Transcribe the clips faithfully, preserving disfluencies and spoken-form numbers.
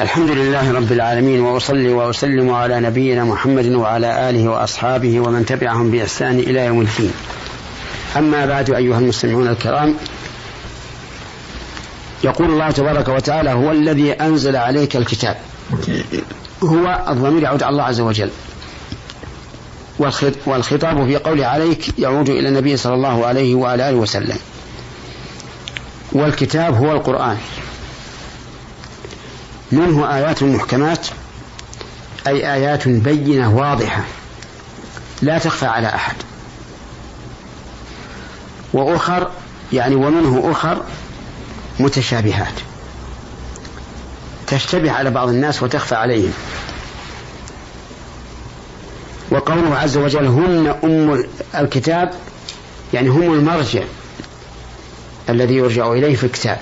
الحمد لله رب العالمين، وأصلي وأسلم على نبينا محمد وعلى آله وأصحابه ومن تبعهم بإحسان إلى يوم الدين. أما بعد، أيها المستمعون الكرام، يقول الله تبارك وتعالى: هو الذي أنزل عليك الكتاب. هو الضمير يعود على الله عز وجل، والخطاب في قوله عليك يعود إلى النبي صلى الله عليه وعلى آله وسلم. والكتاب هو القرآن، منه آيات محكمات، أي آيات بينة واضحة لا تخفى على أحد، وأخر يعني ومنه أخر متشابهات تشتبه على بعض الناس وتخفى عليهم. وقوله عز وجل هن أم الكتاب، يعني هم المرجع الذي يرجع إليه في الكتاب،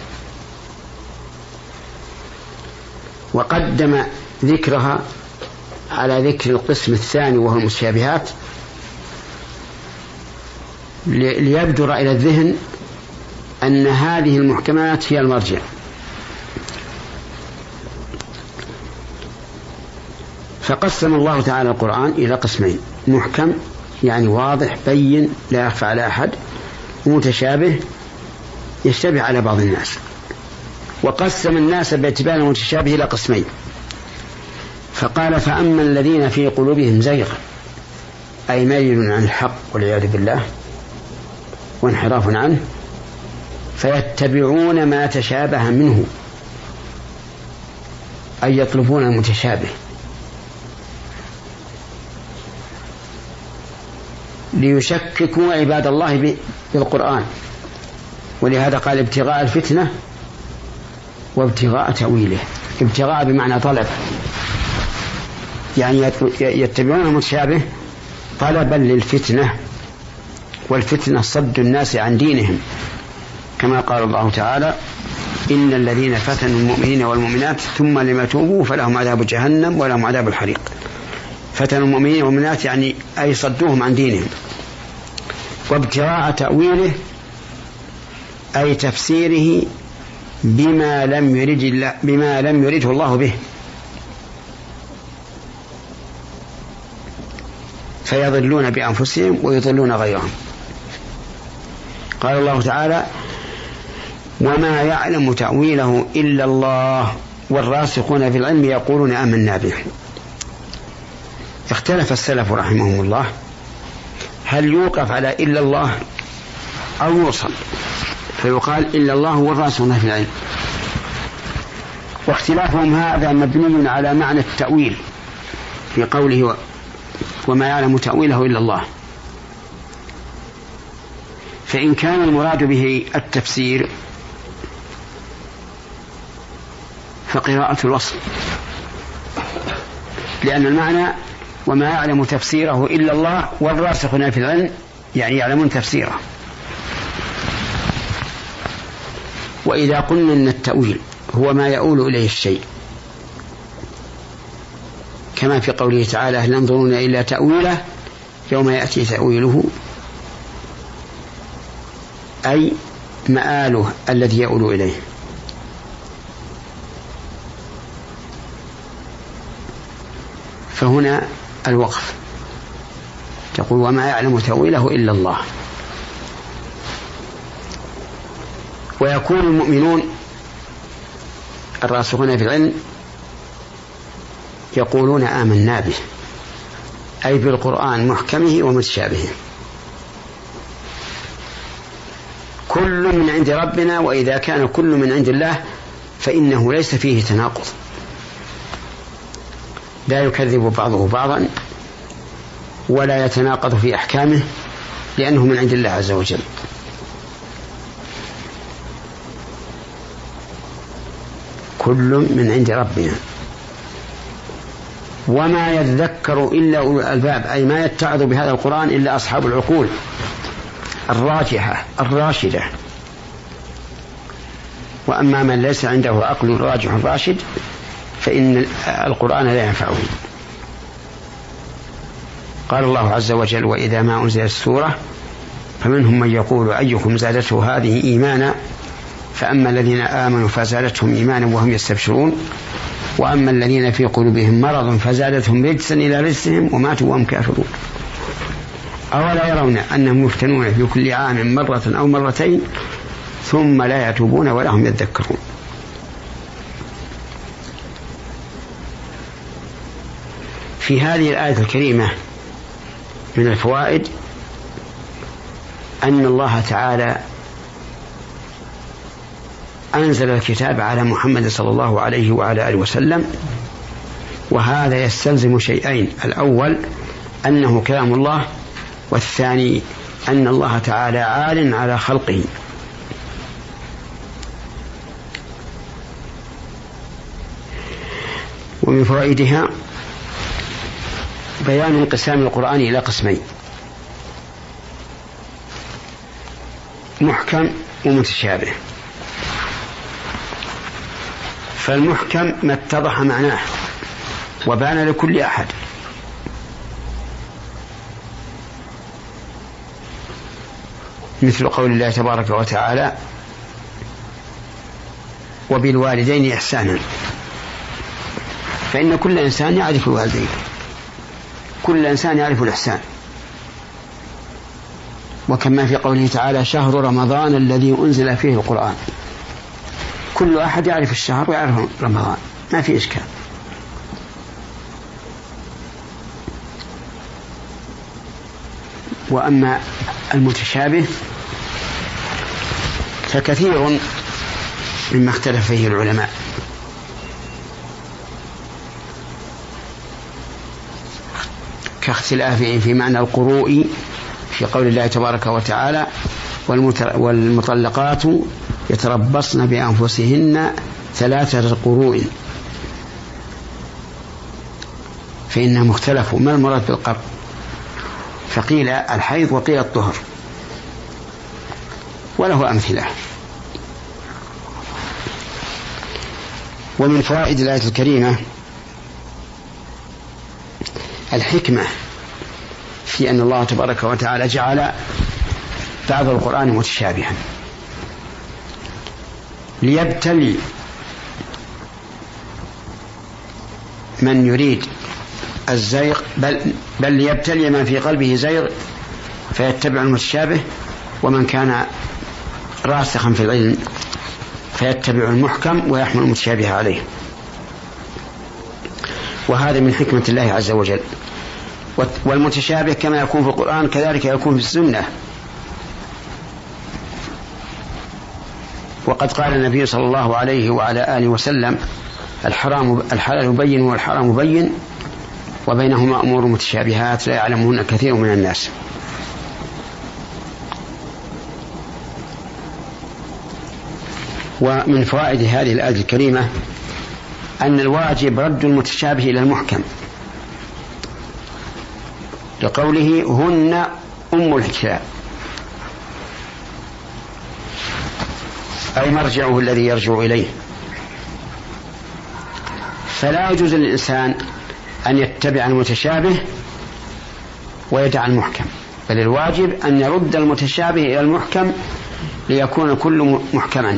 وقدم ذكرها على ذكر القسم الثاني وهو المتشابهات ليبدر إلى الذهن أن هذه المحكمات هي المرجع. فقسم الله تعالى القرآن إلى قسمين: محكم يعني واضح بين لا يخفى على أحد، ومتشابه يشتبه على بعض الناس. وقسم الناس باعتبار المتشابه إلى قسمين، فقال: فأما الذين في قلوبهم زيغ، أي ميل عن الحق والعياذ بالله وانحراف عنه، فيتبعون ما تشابه منه، أي يطلبون المتشابه، ليشككوا عباد الله بالقرآن. ولهذا قال: ابتغاء الفتنة وابتغاء تأويله. ابتغاء بمعنى طلب، يعني يتبعون المتشابه طلبا للفتنة، والفتنة صد الناس عن دينهم، كما قال الله تعالى: إن الذين فتنوا المؤمنين والمؤمنات ثم لم يتوبوا فلهم عذاب جهنم ولهم عذاب الحريق. فتنوا المؤمنين والمؤمنات يعني أي صدوهم عن دينهم. وابتغاء تأويله أي تفسيره بما لم يرد الله بما لم يرده الله به، فيضلون بأنفسهم ويضلون غيرهم. قال الله تعالى: وما يعلم تأويله إلا الله والراسخون في العلم يقولون آمنا به. اختلف السلف رحمهم الله هل يوقف على إلا الله أو يوصل، فيقال إلا الله والراسخون في العلم. واختلافهم هذا مبني على معنى التأويل في قوله وما يعلم تأويله إلا الله. فإن كان المراد به التفسير فقراءة الوصل، لأن المعنى وما يعلم تفسيره إلا الله والراسخون في العلم يعني يعلمون تفسيره. وإذا قلنا أن التأويل هو ما يؤول إليه الشيء، كما في قوله تعالى: هل ينظرون إلا تأويله يوم يأتي تأويله، أي مآله الذي يؤول إليه. فهنا الوقف، تقول وما يعلم تأويله إلا الله. ويكون المؤمنون الراسخون في العلم يقولون آمنا به، أي بالقرآن محكمه ومتشابهه، كل من عند ربنا. وإذا كان كل من عند الله فإنه ليس فيه تناقض، لا يكذب بعضه بعضا ولا يتناقض في أحكامه، لأنه من عند الله عز وجل. كل من عند ربنا. وما يذكر إلا أولو الألباب، أي ما يتعظ بهذا القرآن إلا أصحاب العقول الراجحة الراشدة. وأما من ليس عنده عقل راجح راشد فإن القرآن لا ينفعه. قال الله عز وجل: وإذا ما أنزلت السورة فمنهم من يقول أيكم زادته هذه إيمانا، فأما الذين آمنوا فزادتهم إيمانا وهم يستبشرون وأما الذين في قلوبهم مرض فزادتهم رجسا إلى رجسهم وماتوا وهم كافرون. أولا يرون أنهم يفتنون في كل عام مرة أو مرتين ثم لا يتوبون ولا هم يذكرون. في هذه الآية الكريمة من الفوائد أن الله تعالى أنزل الكتاب على محمد صلى الله عليه وعلى آله وسلم، وهذا يستلزم شيئين: الأول أنه كلام الله، والثاني أن الله تعالى عال على خلقه. ومن فوائدها بيان انقسام القرآن إلى قسمين: محكم ومتشابه. فالمحكم ما اتضح معناه وبان لكل أحد، مثل قول الله تبارك وتعالى: وبالوالدين إحسانا، فإن كل إنسان يعرف الوالدين، كل إنسان يعرف الإحسان. وكما في قوله تعالى: شهر رمضان الذي أنزل فيه القرآن، كل أحد يعرف الشهر ويعرف رمضان، ما في إشكال. وأما المتشابه فكثير مما اختلف فيه العلماء، كاختلافهم في معنى القروء في قول الله تبارك وتعالى: والمطلقات يتربصن بأنفسهن ثلاثة قروء، فإنهم اختلفوا ما المراد بالقرء، فقيل الحيض وقيل الطهر، وله أمثلة. ومن فوائد الآية الكريمة الحكمة في أن الله تبارك وتعالى جعل بعض القرآن متشابها ليبتلي من يريد الزيغ، بل, بل ليبتلي من في قلبه زيغ فيتبع المتشابه، ومن كان راسخا في العلم فيتبع المحكم ويحمل المتشابه عليه. وهذا من حكمة الله عز وجل. والمتشابه كما يكون في القرآن كذلك يكون في السنة. وقد قال النبي صلى الله عليه وعلى آله وسلم: الحرام الحلال بين والحرام بين وبينهما أمور متشابهات لا يعلمهن كثير من الناس. ومن فوائد هذه الآية الكريمة أن الواجب رد المتشابه إلى المحكم، لقوله: هن أم الكتاب، أي مرجعه الذي يرجع إليه. فلا يجوز للإنسان أن يتبع المتشابه ويدع المحكم، بل الواجب أن يرد المتشابه إلى المحكم ليكون كل محكما.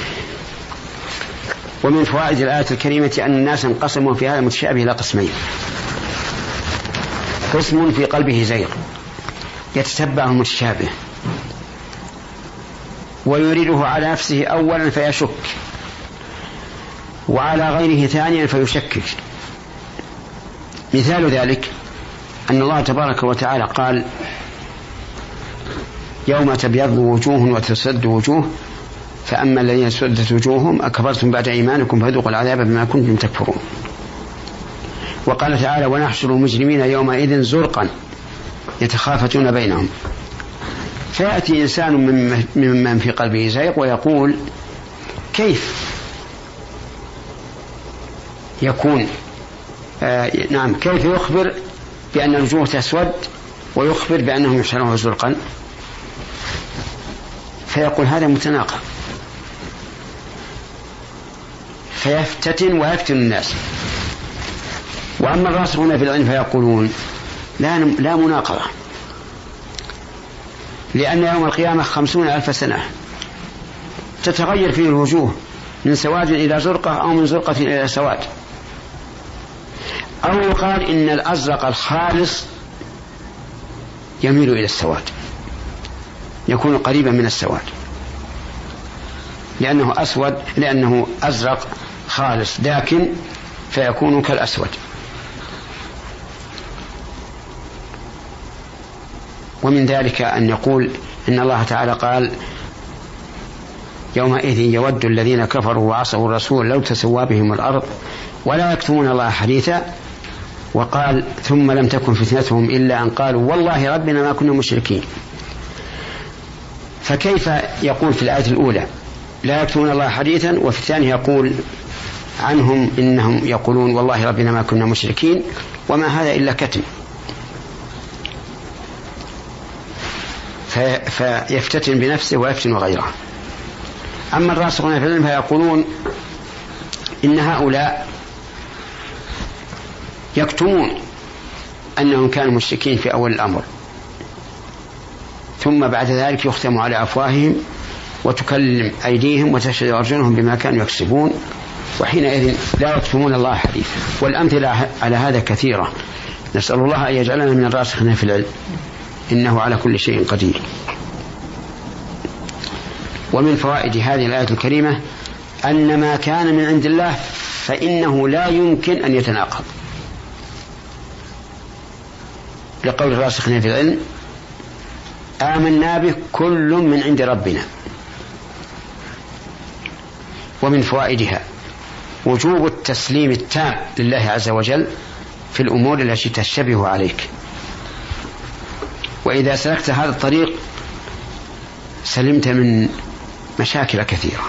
ومن فوائد الآية الكريمة أن الناس انقسموا في هذا المتشابه إلى قسمين: قسم في قلبه زيغ يتتبع المتشابه ويريده على نفسه أولا فيشك، وعلى غيره ثانيا فيشكك. مثال ذلك أن الله تبارك وتعالى قال: يوم تبيض وجوه وتسود وجوه فأما الذين سودت وجوههم أكفرتم بعد إيمانكم فذوقوا العذاب بما كنتم تكفرون. وقال تعالى: ونحشر المجرمين يومئذ زرقا يتخافتون بينهم. فيأتي إنسان ممن في قلبه زيغ ويقول: كيف يكون آه نعم كيف يخبر بأن الوجوه تسود ويخبر بأنهم يحشرون زرقا؟ فيقول هذا متناقض، فيفتتن ويفتن الناس. وأما الراسخون في العلم فيقولون لا لا مناقضة، لأن يوم القيامة خمسون ألف سنة تتغير فيه الوجوه من سواد إلى زرقة أو من زرقة إلى سواد، أو يقال إن الأزرق الخالص يميل إلى السواد، يكون قريبا من السواد لأنه أسود، لأنه أزرق خالص داكن فيكون كالأسود. ومن ذلك أن يقول إن الله تعالى قال يومئذ يود الذين كفروا وعصوا الرسول لو تسوى بهم الأرض ولا يكتمون الله حديثا. وقال ثم لم تكن فتنتهم إلا أن قالوا والله ربنا ما كنا مشركين. فكيف يقول في الآية الأولى لا يكتمون الله حديثا وفي الثانية يقول عنهم إنهم يقولون والله ربنا ما كنا مشركين، وما هذا إلا كتم. فيفتتن بنفسه ويفتن غيره. أما الراسخون في العلم فيقولون إن هؤلاء يكتمون أنهم كانوا مشركين في أول الأمر، ثم بعد ذلك يختم على أفواههم وتكلم أيديهم وتشهد أرجلهم بما كانوا يكسبون، وحينئذ لا يكتمون الله حديثا. والأمثلة على هذا كثيرة، نسأل الله أن يجعلنا من الراسخين في العلم إنه على كل شيء قدير. ومن فوائد هذه الآية الكريمة أن ما كان من عند الله فإنه لا يمكن أن يتناقض، لقول الراسخين في العلم آمنا به كل من عند ربنا. ومن فوائدها وجوب التسليم التام لله عز وجل في الأمور التي تشتبه عليك، وإذا سلكت هذا الطريق سلمت من مشاكل كثيرة.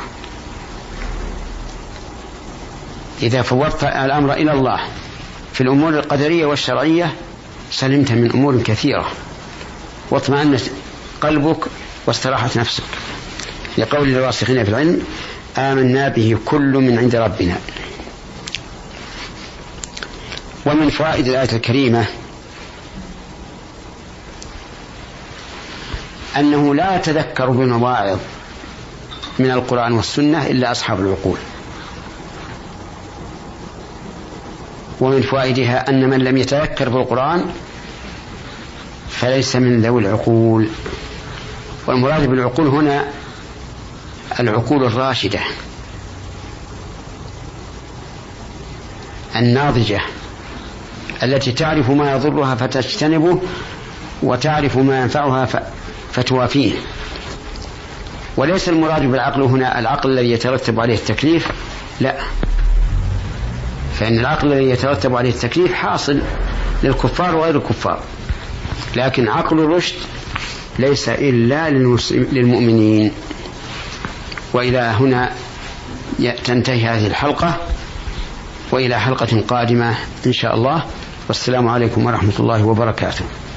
إذا فوضت الأمر إلى الله في الأمور القدرية والشرعية سلمت من أمور كثيرة واطمأن قلبك واستراحت نفسك، لقول الراسخين في العلم آمنا به كل من عند ربنا. ومن فوائد الآية الكريمة أنه لا يتذكر بالمواعظ من القرآن والسنة إلا أصحاب العقول. ومن فوائدها أن من لم يتذكر بالقرآن فليس من ذوي العقول. والمراد بالعقول هنا العقول الراشدة الناضجة التي تعرف ما يضرها فتجتنبه وتعرف ما ينفعها فتوافيه. وليس المراد بالعقل هنا العقل الذي يترتب عليه التكليف، لا، فإن العقل الذي يترتب عليه التكليف حاصل للكفار وغير الكفار، لكن عقل الرشد ليس إلا للمؤمنين. وإلى هنا تنتهي هذه الحلقة، وإلى حلقة قادمة إن شاء الله، والسلام عليكم ورحمة الله وبركاته.